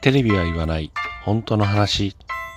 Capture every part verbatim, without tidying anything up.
テレビは言わない本当の話。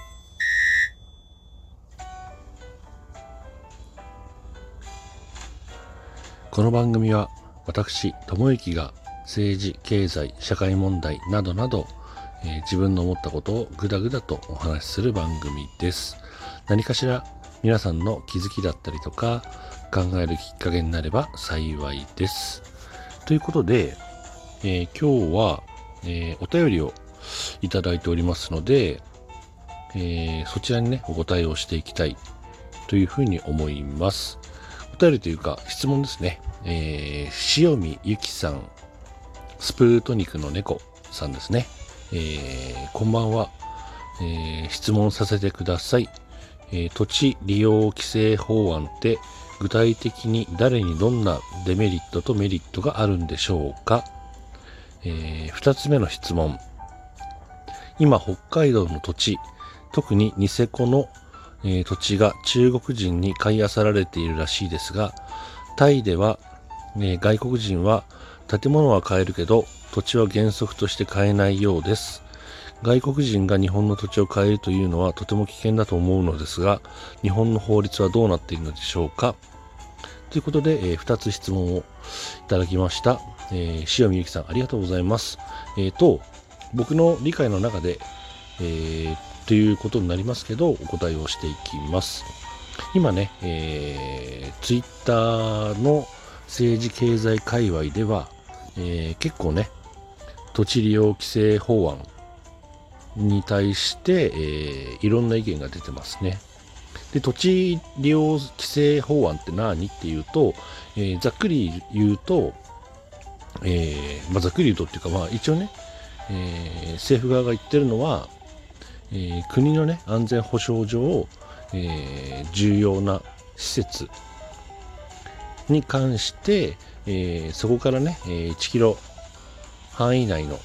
この番組は私智之が政治、経済、社会問題などなど、えー、自分の思ったことをぐだぐだとお話しする番組です。何かしら皆さんの気づきだったりとか考えるきっかけになれば幸いです。ということで、えー、今日は、えー、お便りをいただいておりますので、えー、そちらにねお答えをしていきたいというふうに思います。お便りというか質問ですね。えー、塩見ゆきさん、スプートニクの猫さんですね。えー、こんばんは、えー、質問させてください。えー、土地利用規制法案って具体的に誰にどんなデメリットとメリットがあるんでしょうか。えー、ふたつめの質問。今北海道の土地、特にニセコの、えー、土地が中国人に買い漁られているらしいですが、タイでは、えー、外国人は建物は買えるけど土地は原則として買えないようです。外国人が日本の土地を買えるというのはとても危険だと思うのですが、日本の法律はどうなっているのでしょうか。ということで、えー、ふたつ質問をいただきました。えー、塩見ゆきさんありがとうございます。えーと僕の理解の中で、えー、ということになりますけどお答えをしていきます。今ね、えー、ツイッターの政治経済界隈では、えー、結構ね土地利用規制法案に対して、えー、いろんな意見が出てますね。で土地利用規制法案って何っていうと、えー、ざっくり言うと、えーまあ、ざっくり言うとっていうか、まあ、一応ねえー、政府側が言ってるのは、えー、国のね安全保障上、えー、重要な施設に関して、えー、そこからね、えー、いちキロ範囲内の、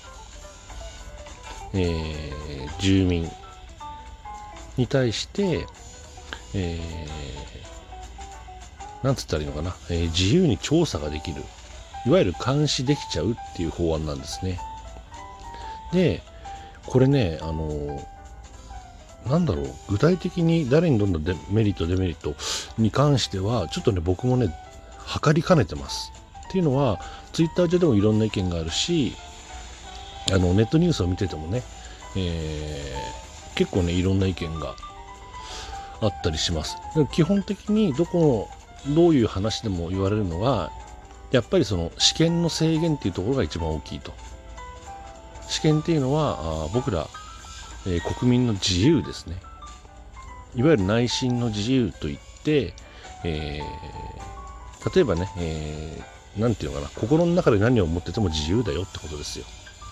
えー、住民に対して、えー、なんつったらいいのかな、えー、自由に調査ができる、いわゆる監視できちゃうっていう法案なんですね。でこれね、あのなんだろう、具体的に誰にどんなデメリットデメリットに関してはちょっとね僕もね測りかねてます。っていうのはツイッター上でもいろんな意見があるし、あのネットニュースを見ててもね、えー、結構ねいろんな意見があったりします。基本的にどこのどういう話でも言われるのはやっぱりその試験の制限っていうところが一番大きいと。試験っていうのはあ僕ら、えー、国民の自由ですね。いわゆる内心の自由といって、えー、例えばね、えー、なんていうのかな、心の中で何を思ってても自由だよってことですよ。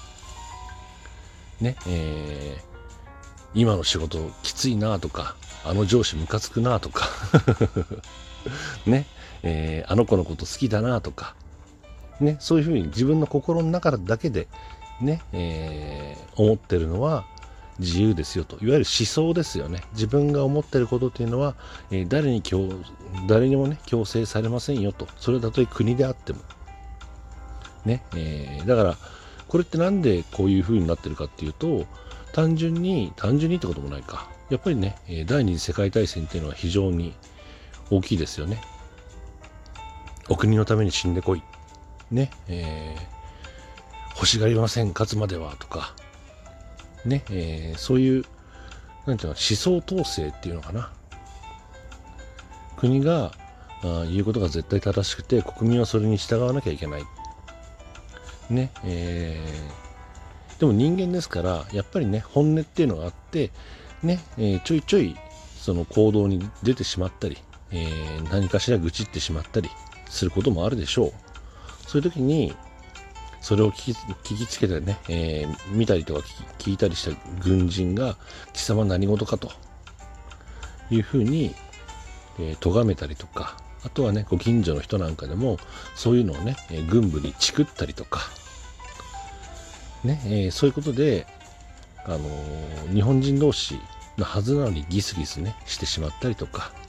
ね、えー、今の仕事きついなとか、あの上司ムカつくなとかね、えー、あの子のこと好きだなとか、ね、そういうふうに自分の心の中だけでね、えー、思ってるのは自由ですよと。いわゆる思想ですよね。自分が思ってることっていうのは、えー、誰に強誰にもね強制されませんよと。それはたとえ国であってもね、えー、だからこれってなんでこういう風になってるかっていうと、単純に単純にってこともないか、やっぱりね第二次世界大戦っていうのは非常に大きいですよね。お国のために死んでこいね、えー欲しがりません勝つまではとかね、えー、そういうなんていうの思想統制っていうのかな、国があ言うことが絶対正しくて国民はそれに従わなきゃいけないね、えー、でも人間ですからやっぱりね本音っていうのがあってね、えー、ちょいちょいその行動に出てしまったり、えー、何かしら愚痴ってしまったりすることもあるでしょう。そういう時にそれを聞き、聞きつけてね、えー、見たりとか聞いたりした軍人が貴様何事かというふうに、えー、咎めたりとか、あとはねご近所の人なんかでもそういうのをね、えー、軍部にチクったりとかね、えー、そういうことで、あのー、日本人同士のはずなのにギスギスねしてしまったりとか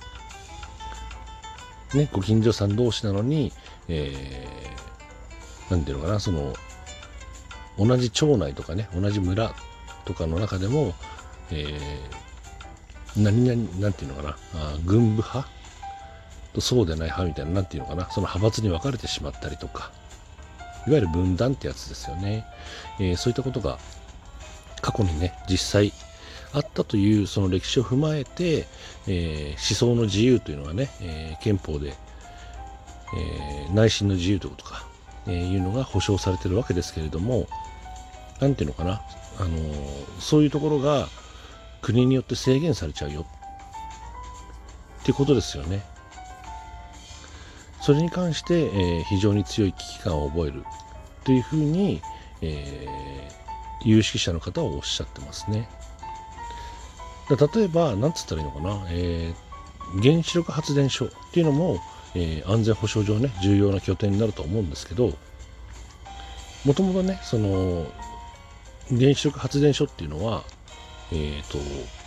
ね、ご近所さん同士なのに、えー、なんていうのかな、その同じ町内とかね同じ村とかの中でも、えー、何々なんていうのかな、あ軍部派とそうでない派みたいな、なんていうのかな、その派閥に分かれてしまったりとか、いわゆる分断ってやつですよね。えー、そういったことが過去にね実際あったというその歴史を踏まえて、えー、思想の自由というのはね、えー、憲法で、えー、内心の自由ということか、えー、いうのが保障されているわけですけれども、なんていうのかな、あのー、そういうところが国によって制限されちゃうよっていうことですよね。それに関して、えー、非常に強い危機感を覚えるというふうに、えー、有識者の方はおっしゃってますね。例えば何つったらいいのかな、えー、原子力発電所っていうのも、えー、安全保障上ね重要な拠点になると思うんですけど、もともとねその原子力発電所っていうのはえーと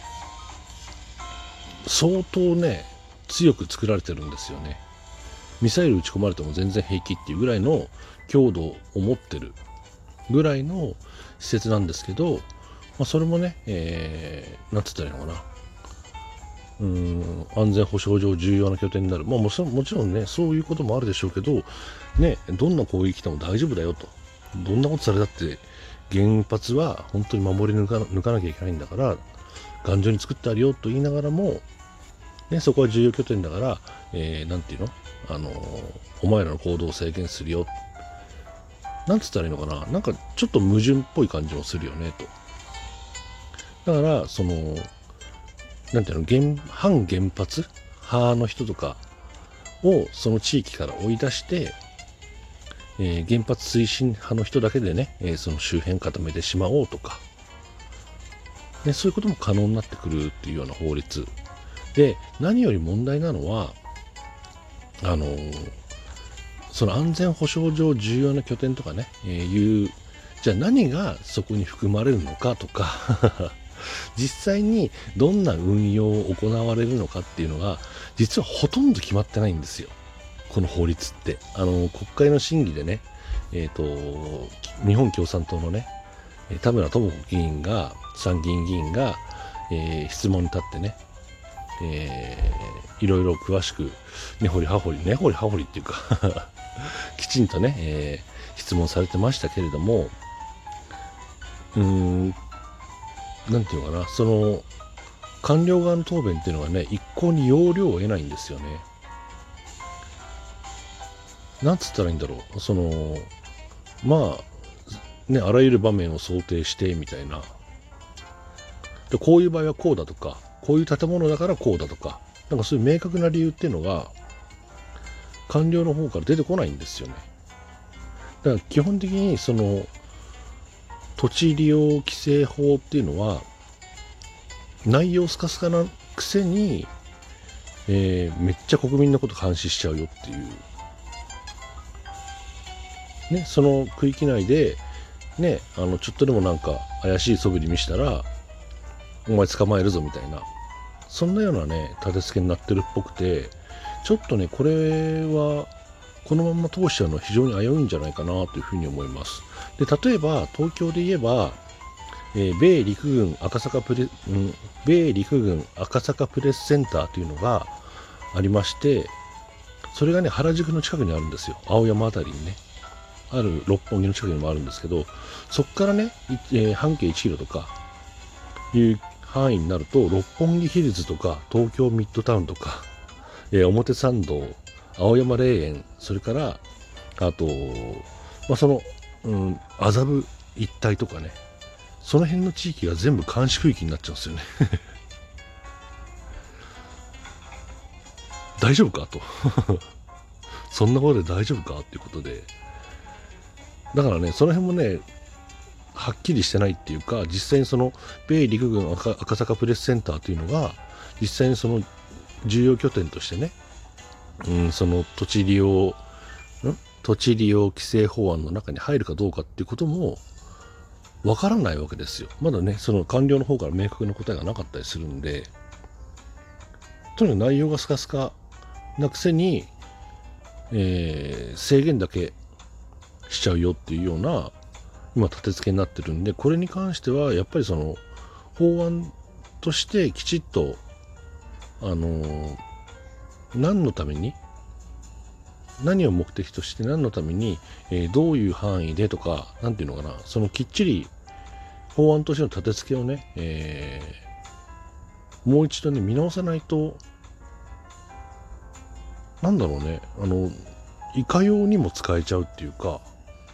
相当ね強く作られてるんですよね。ミサイル撃ち込まれても全然平気っていうぐらいの強度を持ってるぐらいの施設なんですけど、まあ、それもね、えー、なんつったらいいのかな、うーん安全保障上重要な拠点になる、まあ、もちもちろんねそういうこともあるでしょうけど、ね、どんな攻撃来ても大丈夫だよと、どんなことされたって原発は本当に守り抜か抜かなきゃいけないんだから頑丈に作ってあるよと言いながらも、ね、そこは重要拠点だから、えー、なんていうの、あのー、お前らの行動を制限するよ、なんつったらいいのかな、なんかちょっと矛盾っぽい感じもするよねと。だからそのなんていうの、原反原発派の人とかをその地域から追い出して、えー、原発推進派の人だけでね、えー、その周辺固めてしまおうとか、ね、そういうことも可能になってくるっていうような法律で、何より問題なのはあのー、その安全保障上重要な拠点とかね、えー、いうじゃあ何がそこに含まれるのかとか実際にどんな運用を行われるのかっていうのが実はほとんど決まってないんですよ、この法律って。あの国会の審議でね、えーと、日本共産党のね田村智子議員が参議院議員が、えー、質問に立ってね、えー、いろいろ詳しく根掘り葉掘り根掘り葉掘りっていうかきちんとね、えー、質問されてましたけれども、うーんなんていうのかな、その官僚側の答弁っていうのがね一向に要領を得ないんですよね。なんつったらいいんだろう、そのまあねあらゆる場面を想定してみたいな、でこういう場合はこうだとか、こういう建物だからこうだとか、なんかそういう明確な理由っていうのが官僚の方から出てこないんですよね。だから基本的にその土地利用規制法っていうのは内容スカスカなくせに、えー、めっちゃ国民のこと監視しちゃうよっていう、ね、その区域内で、ね、あのちょっとでもなんか怪しい素振り見したらお前捕まえるぞみたいな、そんなようなね立て付けになってるっぽくて、ちょっとねこれはこのまま通しちゃうのは非常に危ういんじゃないかなというふうに思います。で例えば東京で言えば、えー、米陸軍赤坂プレ、うん、米陸軍赤坂プレスセンターというのがありまして、それがね原宿の近くにあるんですよ。青山あたりにねある、六本木の近くにもあるんですけど、そこからね、えー、半径いちキロとかいう範囲になると六本木ヒルズとか東京ミッドタウンとか、えー、表参道、青山霊園、それからあと、まあ、その、うん、麻布一帯とかね、その辺の地域が全部監視区域になっちゃうんですよね大丈夫かとそんなことで大丈夫かっていうことで、だからねその辺もねはっきりしてないっていうか、実際にその米陸軍 赤, 赤坂プレスセンターというのが実際にその重要拠点としてね、うん、その土地利用ん土地利用規制法案の中に入るかどうかっていうこともわからないわけですよ。まだねその官僚の方から明確な答えがなかったりするんで、とにかく内容がスカスカなくせに、えー、制限だけしちゃうよっていうような今立て付けになってるんで、これに関してはやっぱりその法案としてきちっとあのー、何のために何を目的として何のために、えー、どういう範囲でとか、なんていうのかな、そのきっちり法案としての立て付けをね、えー、もう一度ね見直さないと、なんだろうね、あのいかようにも使えちゃうっていうか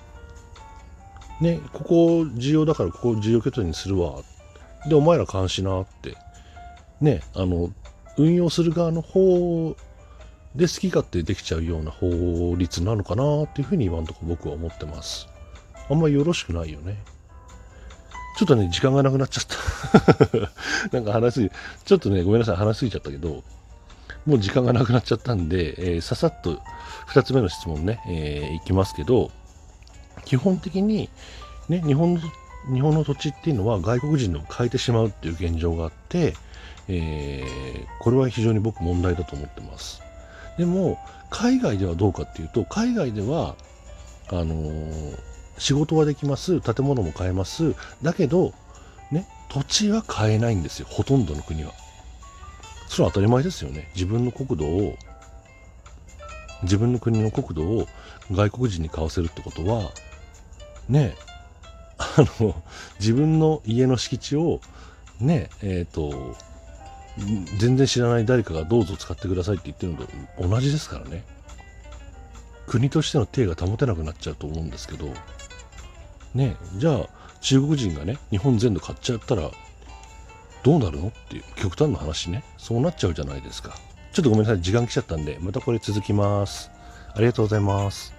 ね、ここ重要だからここ重要拠点にするわ、でお前ら監視なってね、あの運用する側の方で好き勝手できちゃうような法律なのかなっていうふうに今のところ僕は思ってます。あんまりよろしくないよね。ちょっとね時間がなくなっちゃったなんか話しすぎちょっとねごめんなさい話しすぎちゃったけど、もう時間がなくなっちゃったんで、えー、ささっとふたつめの質問ね、えー、いきますけど、基本的にね日本の日本の土地っていうのは外国人でも買えてしまうっていう現状があって、えー、これは非常に僕問題だと思ってます。でも海外ではどうかっていうと、海外ではあのー、仕事はできます、建物も買えます、だけどね土地は買えないんですよ、ほとんどの国は。それは当たり前ですよね。自分の国土を自分の国の国土を外国人に買わせるってことはね、あの自分の家の敷地をねえっ、ー、と全然知らない誰かがどうぞ使ってくださいって言ってるのと同じですからね。国としての体が保てなくなっちゃうと思うんですけどね。じゃあ中国人がね日本全土買っちゃったらどうなるのっていう極端な話ね、そうなっちゃうじゃないですか。ちょっとごめんなさい、時間来ちゃったんでまたこれ続きます。ありがとうございます。